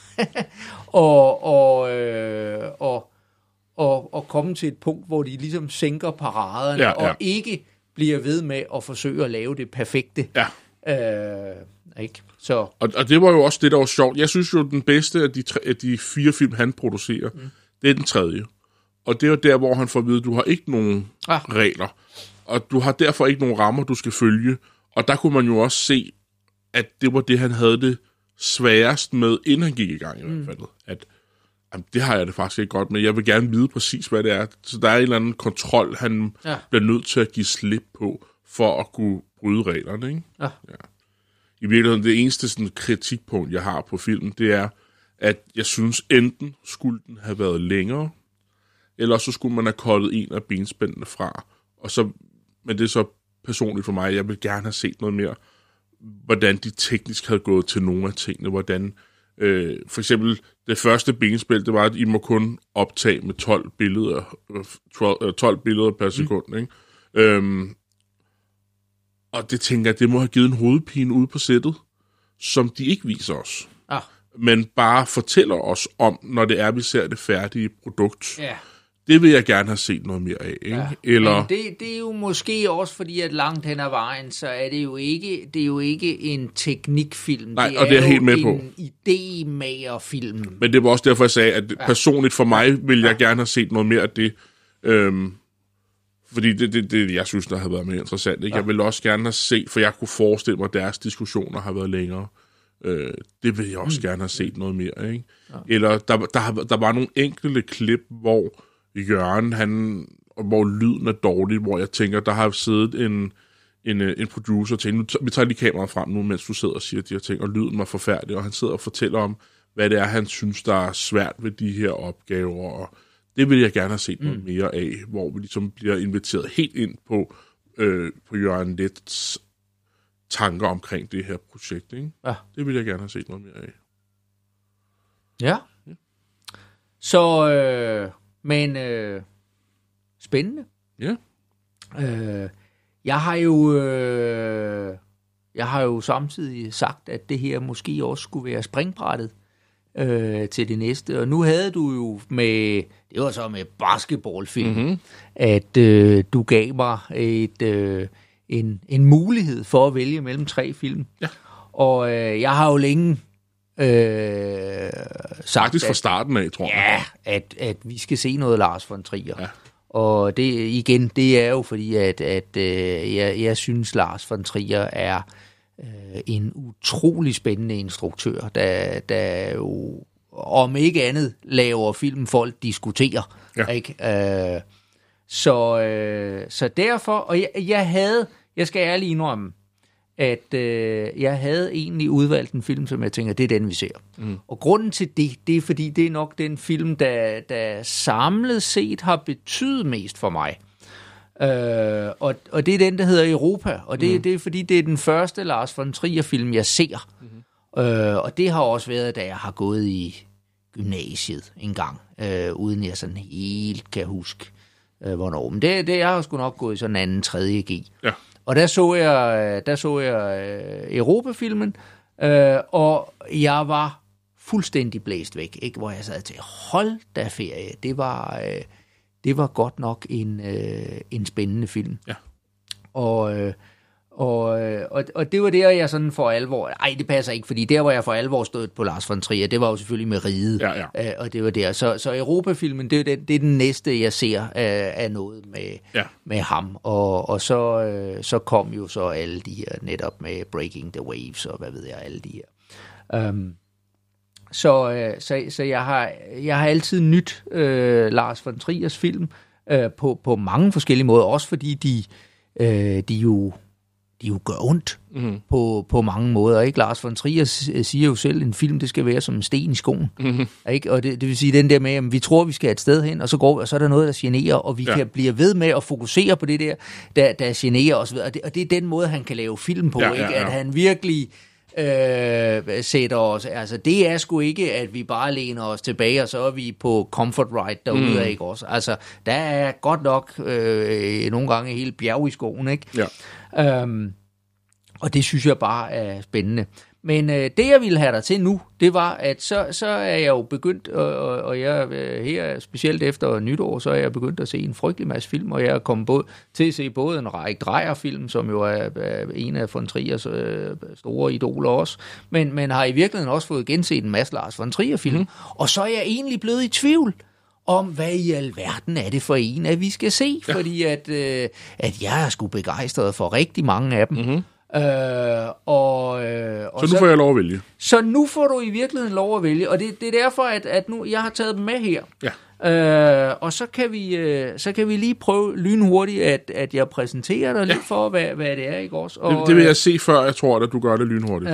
at komme til et punkt, hvor de ligesom sænker paraderne, og ikke bliver ved med at forsøge at lave det perfekte. Ja. Ikke? Så. Og det var jo også det, der var sjovt. Jeg synes jo, den bedste af de 4 film, han producerer, det er den 3. Og det er jo der, hvor han får at vide, at du har ikke nogen regler, og du har derfor ikke nogen rammer, du skal følge. Og der kunne man jo også se, at det var det, han havde det sværest med, inden han gik i gang i hvert fald. At det har jeg det faktisk ikke godt med. Jeg vil gerne vide præcis, hvad det er. Så der er en eller anden kontrol, han bliver nødt til at give slip på, for at kunne bryde reglerne, ikke? Ja. I virkeligheden, det eneste sådan kritikpunkt, jeg har på filmen, det er, at jeg synes, enten skulle den have været længere, eller så skulle man have koldet en af benspændene fra. Og så, men det er så personligt for mig, jeg vil gerne have set noget mere, hvordan de teknisk havde gået til nogle af tingene, hvordan For eksempel, det første benspil, det var, at I må kun optage med 12 billeder per sekund, ikke? Og det tænker jeg, det må have givet en hovedpine ude på sættet, som de ikke viser os. Men bare fortæller os om, når det er, vi ser det færdige produkt. Ja. Det vil jeg gerne have set noget mere af. Ikke? Ja. Eller... Men det er jo måske også fordi, at langt hen ad vejen, så er det jo ikke en teknikfilm. Nej, og det er jeg helt med på. En idémagerfilm. Men det var også derfor, jeg sagde, at personligt for mig vil jeg gerne have set noget mere af det. Fordi det jeg synes, der har været mere interessant. Ikke? Ja. Jeg vil også gerne have set, for jeg kunne forestille mig, at deres diskussioner har været længere. Det vil jeg også gerne have set noget mere. Ikke? Ja. Eller der var nogle enkelte klip, hvor Jørgen, hvor lyden er dårlig, hvor jeg tænker, der har siddet en producer til, vi tager lige kameraet frem nu, mens du sidder og siger de her ting, og lyden var forfærdelig, og han sidder og fortæller om, hvad det er, han synes, der er svært ved de her opgaver, og det vil jeg gerne have set noget mere af, hvor vi ligesom bliver inviteret helt ind på Jørgen Leths tanker omkring det her projekt. Ikke? Ja. Det vil jeg gerne have set noget mere af. Ja. Så, men spændende. Ja. Jeg har jo samtidig sagt, at det her måske også skulle være springbrættet til det næste. Og nu havde du jo det var så med basketballfilm, at du gav mig en mulighed for at vælge mellem 3 film. Ja. Og jeg har jo længe sagt... Faktisk fra starten af, tror jeg. Ja, at vi skal se noget Lars von Trier. Ja. Og det er jo fordi, at jeg synes, Lars von Trier er en utrolig spændende instruktør, der jo om ikke andet laver film, folk diskuterer. Ja. Ikke? Så derfor, og jeg skal ærligt indrømme, at jeg havde egentlig udvalgt en film, som jeg tænker, det er den, vi ser. Og grunden til det er, fordi det er nok den film, der samlet set har betydet mest for mig. Og det er den, der hedder Europa. Og det er, fordi det er den første Lars von Trier-film, jeg ser. Og det har også været, da jeg har gået i gymnasiet en gang, uden jeg sådan helt kan huske, hvornår. Men jeg har sgu nok gået i sådan 2. 3. G. Ja. Og der så jeg Europa-filmen, og jeg var fuldstændig blæst væk, ikke? Hvor jeg sad til, hold da ferie, det var godt nok en spændende film. Ja. Og det var der, jeg sådan for alvor... Ej, det passer ikke, fordi der, hvor jeg for alvor stod på Lars von Trier, det var jo selvfølgelig med Riget. Ja. Og det var der. Så Europa-filmen, det er den næste, jeg ser af noget med ham. Og så kom jo så alle de her, netop med Breaking the Waves, og hvad ved jeg, alle de her. Så jeg har altid nyt Lars von Triers film på mange forskellige måder, også fordi de jo gør ondt på mange måder. Ikke? Lars von Trier siger jo selv, at en film, det skal være som en sten i skoen. Ikke? Og det vil sige den der med, at vi tror, vi skal et sted hen, og så er der noget, der generer, og vi kan blive ved med at fokusere på det der generer osv. Og det er den måde, han kan lave film på. Ikke? At han virkelig sætter os... Altså, det er sgu ikke, at vi bare læner os tilbage, og så er vi på comfort ride derude, ikke også? Altså, der er godt nok nogle gange helt bjerg i skoen, ikke? Ja. Og det synes jeg bare er spændende. Men det, jeg ville have dig til nu, det var, at så er jeg jo begyndt, og jeg her, specielt efter nytår, så er jeg begyndt at se en frygtelig masse film, og jeg er kommet til at se både en række Dreyer-film, som jo er en af von Triers store idoler også, men har i virkeligheden også fået genset en masse Lars von Trier-film. Og så er jeg egentlig blevet i tvivl om, hvad i alverden er det for en, at vi skal se, fordi at jeg er sgu begejstret for rigtig mange af dem. Så nu får jeg lov at vælge. Så nu får du i virkeligheden lov at vælge, og det er derfor, at nu jeg har taget dem med her. Ja. Og så kan vi lige prøve lynhurtigt, at jeg præsenterer dig lidt for, hvad det er, ikke også? Og, det vil jeg se før, jeg tror, at du gør det lynhurtigt.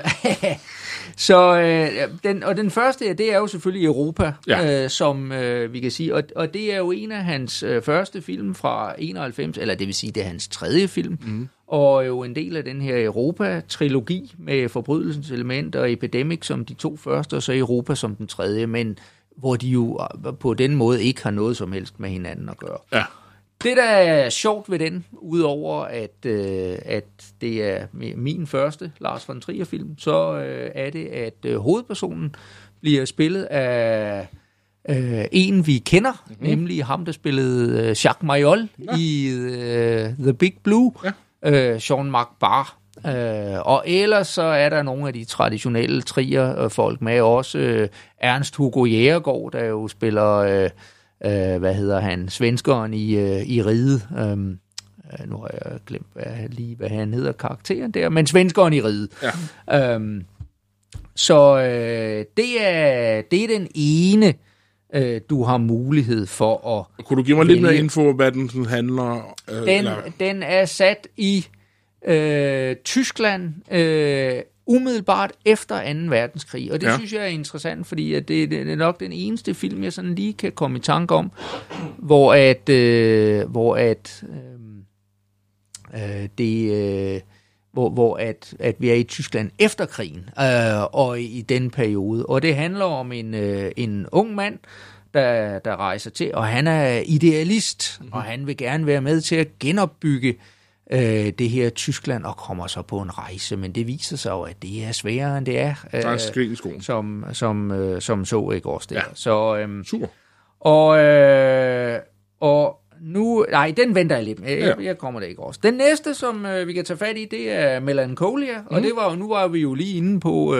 Så den første, det er jo selvfølgelig Europa, som vi kan sige, og det er jo en af hans første film fra 91, eller det vil sige, det er hans 3. film, og jo en del af den her Europa-trilogi med Forbrydelsens Element og Epidemic som de 2 første, og så Europa som den 3., men hvor de jo på den måde ikke har noget som helst med hinanden at gøre. Ja. Det, der er sjovt ved den, udover at det er min første Lars von Trier-film, så er det, at hovedpersonen bliver spillet af en, vi kender, nemlig ham, der spillede Jacques Mayol i The Big Blue, Jean-Marc Barr. Og ellers så er der nogle af de traditionelle Trier-folk med, også Ernst Hugo Jægergaard, der jo spiller... svenskeren i Riget. Nu har jeg glemt hvad han hedder, karakteren der, men svenskeren i Riget. Ja. Så det er den ene, du har mulighed for at... Kunne du give mig lidt mere info, hvad den sådan handler? Den er sat i Tyskland, umiddelbart efter 2. verdenskrig, og det synes jeg er interessant, fordi at det er nok den eneste film, jeg sådan lige kan komme i tanke om, hvor vi er i Tyskland efter krigen, og i den periode. Og det handler om en ung mand, der rejser til, og han er idealist, og han vil gerne være med til at genopbygge det her Tyskland, og kommer så på en rejse, men det viser sig jo, at det er sværere, end det er. Som så ikke også der. Ja. Så, super. Og nu, nej, den venter jeg lidt med. Jeg kommer der ikke også. Den næste, som vi kan tage fat i, det er Melancholia, og det var jo, nu var vi jo lige inde på,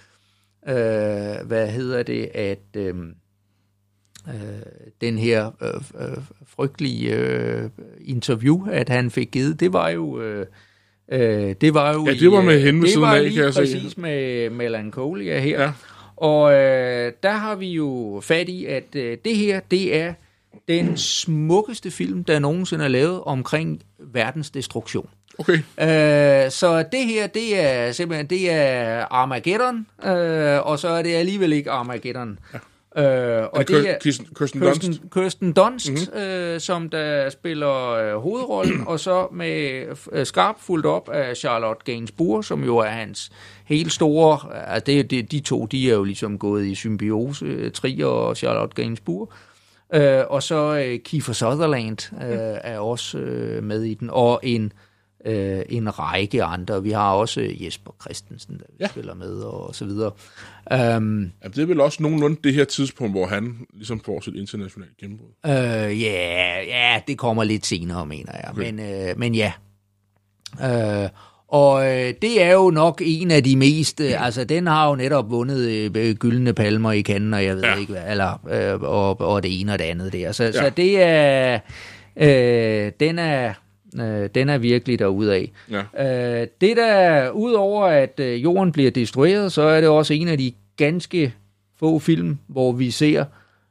den her frygtelige interview, at han fik givet, det var jo det var med hende ved siden af, kan jeg se. Præcis med Melancholia her. Ja. Og der har vi jo fat i, at det her, det er den smukkeste film, der nogensinde er lavet omkring verdens destruktion. Okay. Så det her, det er simpelthen, det er Armageddon, og så er det alligevel ikke Armageddon. Ja. Og det er Kirsten Dunst, som der spiller hovedrollen, og så med skarpt fuldt op af Charlotte Gainsbourg, som jo er hans helt store, altså de to, de er jo ligesom gået i symbiose, Trier og Charlotte Gainsbourg, og så Kiefer Sutherland er også med i den, og en række andre. Vi har også Jesper Christensen, der spiller med, og så videre. Det er vel også nogenlunde det her tidspunkt, hvor han ligesom får sit internationale gennembrud. Ja, det kommer lidt senere, mener jeg. Okay. Men ja. Og det er jo nok en af de mest... altså, den har jo netop vundet gyldne palmer i Cannes, og jeg ved ikke hvad, eller, og det ene og det andet der. Så det er... Den er virkelig derudad. Ja. Det der, udover at jorden bliver destrueret, så er det også en af de ganske få film, hvor vi ser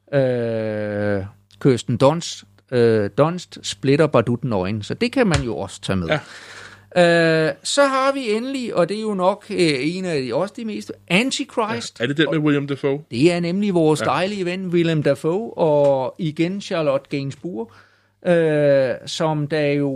Kirsten Dunst splitter Bardutten øjne. Så det kan man jo også tage med. Ja. Så har vi endelig, og det er jo nok en af de mest, Antichrist. Ja. Er det den med William Dafoe? Det er nemlig vores dejlige ven William Dafoe, og igen Charlotte Gainsbourg. Som der jo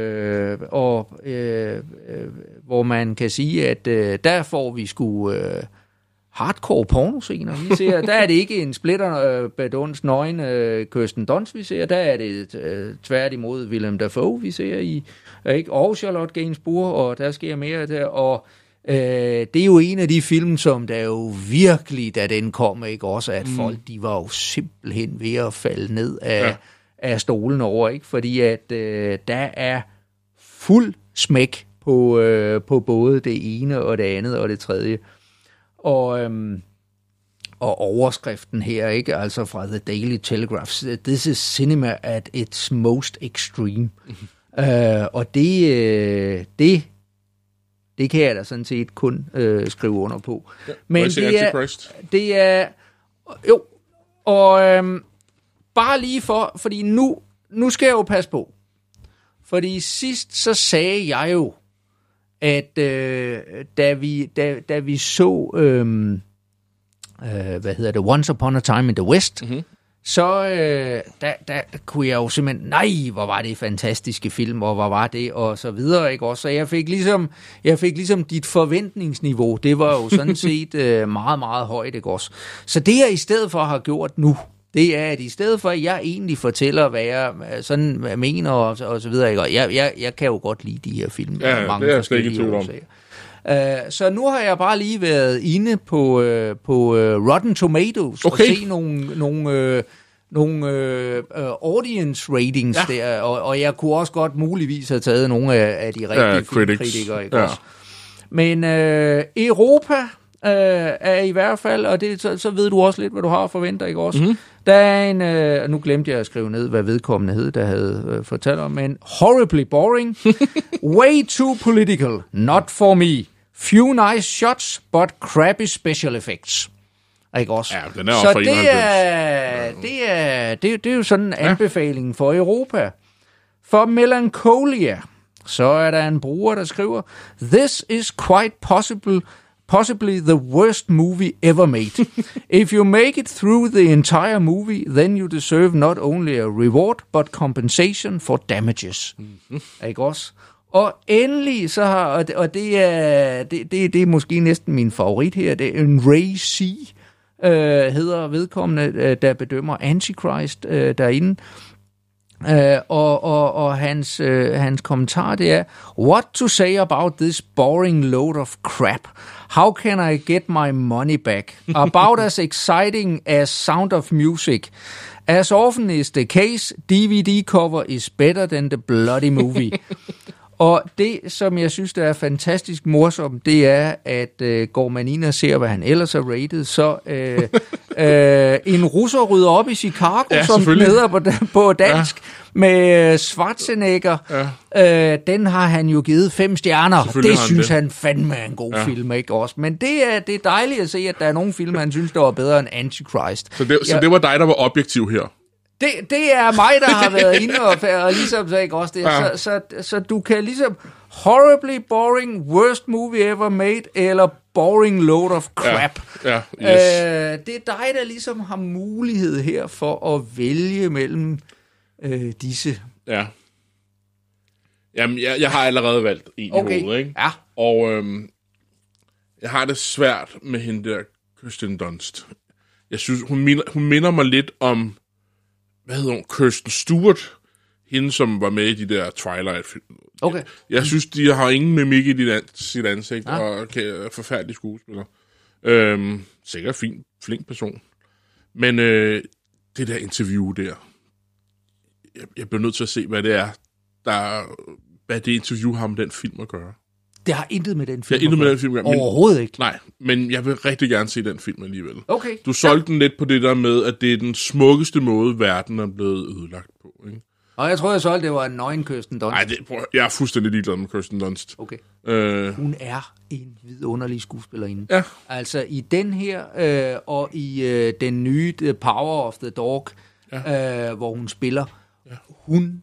hvor man kan sige, at der får vi sgu hardcore pornoscener. Vi ser, der er det ikke en splitter bedunst nøgen Kirsten Dunst, vi ser, der er det tværtimod Willem Dafoe, vi ser i, ikke? Og Charlotte Gainsbourg, og der sker mere der, og det er jo en af de film, som der jo virkelig, da den kom, ikke også, at folk, de var jo simpelthen ved at falde ned af stolen over, ikke? Fordi at der er fuld smæk på både det ene og det andet og det tredje. Og overskriften her, ikke? Altså fra The Daily Telegraph, this is cinema at its most extreme. Og det kan jeg da sådan set kun skrive under på. Ja, men det er jo, og bare lige fordi nu skal jeg jo passe på. Fordi sidst så sagde jeg jo, at da vi så Once Upon a Time in the West, så der kunne jeg jo simpelthen, nej, hvor var det fantastiske film, og hvor var det, og så videre, ikke også? Så jeg fik ligesom dit forventningsniveau, det var jo sådan set meget, meget højt, ikke også? Så det jeg i stedet for har gjort nu, det er, at i stedet for, at jeg egentlig fortæller, hvad jeg sådan mener, og så videre, ikke? Og jeg kan jo godt lide de her film. Ja, mange det er jeg slet ikke i tvivl om. Så nu har jeg bare lige været inde på Rotten Tomatoes og se nogle audience ratings der, og jeg kunne også godt muligvis have taget nogle af de rigtige filmkritikere, ikke også? Men Europa er i hvert fald, og det, så ved du også lidt, hvad du har at forvente, ikke også? Mm-hmm. Der er en, nu glemte jeg at skrive ned, hvad vedkommende hed, der havde fortalt om, men horribly boring, way too political, not for me, few nice shots, but crappy special effects. Ikke også? Ja, den er også det er jo sådan en anbefaling for Europa. For Melancholia, så er der en bruger, der skriver, this is quite possibly the worst movie ever made. If you make it through the entire movie, then you deserve not only a reward, but compensation for damages. Mm-hmm. Ikke også? Og endelig så har, og det er måske næsten min favorit her, det er en Ray C. Hedder vedkommende, der bedømmer Antichrist derinde. Og hans kommentar, det er, what to say about this boring load of crap? How can I get my money back? About as exciting as Sound of Music. As often is the case, DVD cover is better than the bloody movie. Og det, som jeg synes, der er fantastisk morsomt, det er, at går man ind og ser, hvad han ellers er rated, så en russer rydder op i Chicago, som den hedder på dansk, med Schwarzenegger. Ja. Den har han jo givet 5 stjerner. Det synes han fandme er en god film, ikke også? Men det er dejligt at se, at der er nogle film, han synes, der var bedre end Antichrist. Så det var dig, der var objektiv her? Det er mig, der har været inde og ligesom så ikke også det. Ja. Så du kan ligesom horribly boring, worst movie ever made, eller boring load of crap. Ja. Yes. Det er dig, der ligesom har mulighed her for at vælge mellem disse. Ja. Jamen, jeg har allerede valgt en i hovedet, ikke? Ja. Og jeg har det svært med hende der, Kirsten Dunst. Jeg synes, hun minder mig lidt om, hvad hedder hun? Kirsten Stewart. Hende, som var med i de der Twilight-film. Okay. Jeg synes, de har ingen mimik i sit ansigt, og er forfærdelige skuespillere. Sikkert flink person. Men det der interview der, jeg bliver nødt til at se, hvad det er, hvad det interview har med den film at gøre. Det har intet med den film at gøre. Overhovedet ikke. Nej, men jeg vil rigtig gerne se den film alligevel. Okay. Du solgte den lidt på det der med, at det er den smukkeste måde, verden er blevet ødelagt på, ikke? Og jeg tror, jeg solgte, det var en nøgen Kirsten Dunst. Nej, jeg er fuldstændig ligeglad med Kirsten Dunst. Okay. Hun er en vidunderlig skuespillerinde. Ja. Altså i den her, og i den nye The Power of the Dog, hvor hun spiller, hun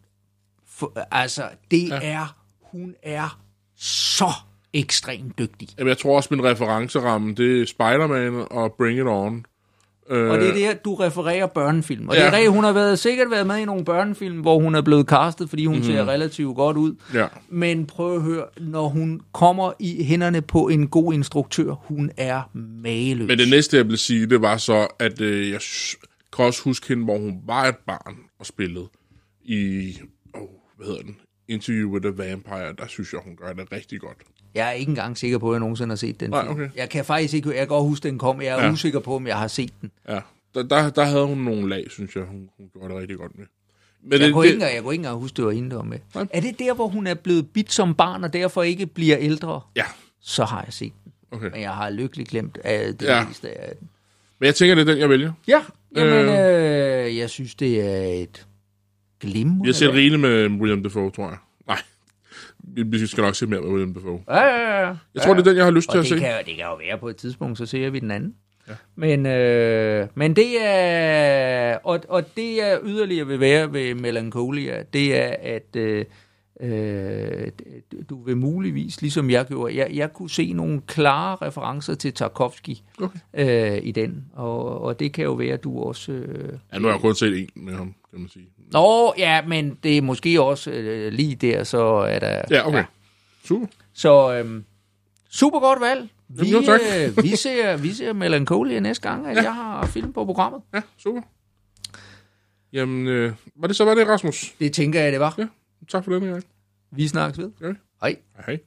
er så ekstremt dygtig. Jamen, jeg tror også, min referenceramme, det er Spider-Man og Bring It On. Og det er det, du refererer børnefilm. Og det er rigtigt, hun har sikkert været med i nogle børnefilm, hvor hun er blevet castet, fordi hun ser relativt godt ud. Ja. Men prøv at høre, når hun kommer i hænderne på en god instruktør, hun er mageløs. Men det næste, jeg vil sige, det var så, at jeg kan også huske hende, hvor hun var et barn og spillede i, Interview with a Vampire. Der synes jeg, hun gør det rigtig godt. Jeg er ikke engang sikker på, at jeg nogensinde har set den film. Okay. Jeg kan faktisk ikke, jeg kan godt huske, den kom. Jeg er usikker på, om jeg har set den. Ja, der havde hun nogle lag, synes jeg, hun gjorde det rigtig godt med. Men jeg kunne ikke engang huske, det var hende, der var med. Nej. Er det der, hvor hun er blevet bidt som barn, og derfor ikke bliver ældre? Ja. Så har jeg set den. Okay. Men jeg har lykkeligt glemt det meste af den. Men jeg tænker, det er den, jeg vælger. Ja, jamen, jeg synes, det er et glimrende. Jeg ser rigeligt med William Dafoe, tror jeg. Nej. Vi skal nok se mere med William Dafoe. Ja. Jeg tror, det er den, jeg har lyst til at se. Det kan jo være på et tidspunkt, så ser vi den anden. Ja. Men det er... Og det er yderligere vil være ved Melancholia, det er, at Du vil muligvis, ligesom jeg gjorde, jeg kunne se nogle klare referencer til Tarkovsky i den, og det kan jo være, at du også... nu har jeg kun set en med ham, kan man sige. Nå, ja, men det er måske også lige der, så er der... Ja, okay. Super. Så super godt valg. Vi ser Melancholia næste gang, at jeg har film på programmet. Ja, super. Jamen, var det, Rasmus? Det tænker jeg, det var. Ja, tak for denne gang. Vi snakkes ved. Ja. Hej. Hej.